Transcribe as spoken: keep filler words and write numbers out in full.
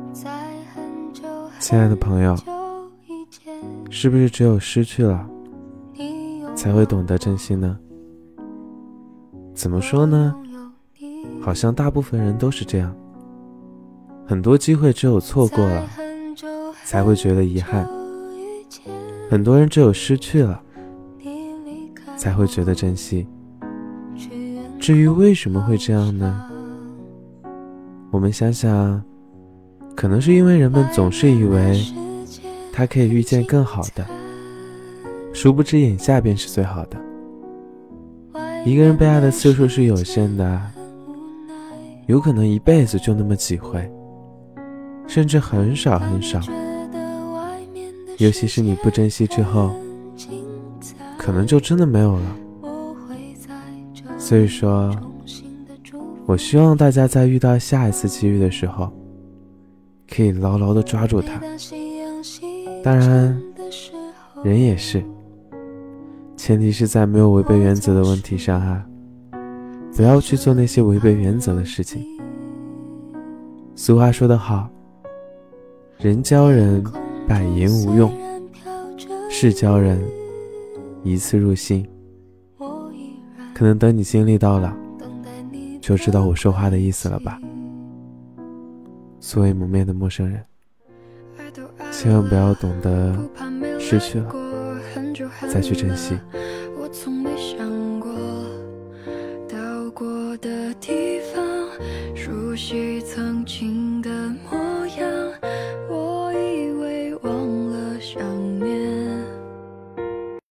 亲爱的朋友，是不是只有失去了才会懂得珍惜呢？怎么说呢？好像大部分人都是这样，很多机会只有错过了才会觉得遗憾，很多人只有失去了才会觉得珍惜。至于为什么会这样呢？我们想想，可能是因为人们总是以为他可以遇见更好的，殊不知眼下便是最好的。一个人被爱的次数是有限的，有可能一辈子就那么几回，甚至很少很少。尤其是你不珍惜之后，可能就真的没有了。所以说，我希望大家在遇到下一次机遇的时候，可以牢牢地抓住它。当然，人也是，前提是在没有违背原则的问题上啊，不要去做那些违背原则的事情。俗话说得好，人教人百言无用，事教人一次入心。可能等你经历到了，就知道我说话的意思了吧。素未谋面的陌生人，千万不要懂得失去了再去珍惜。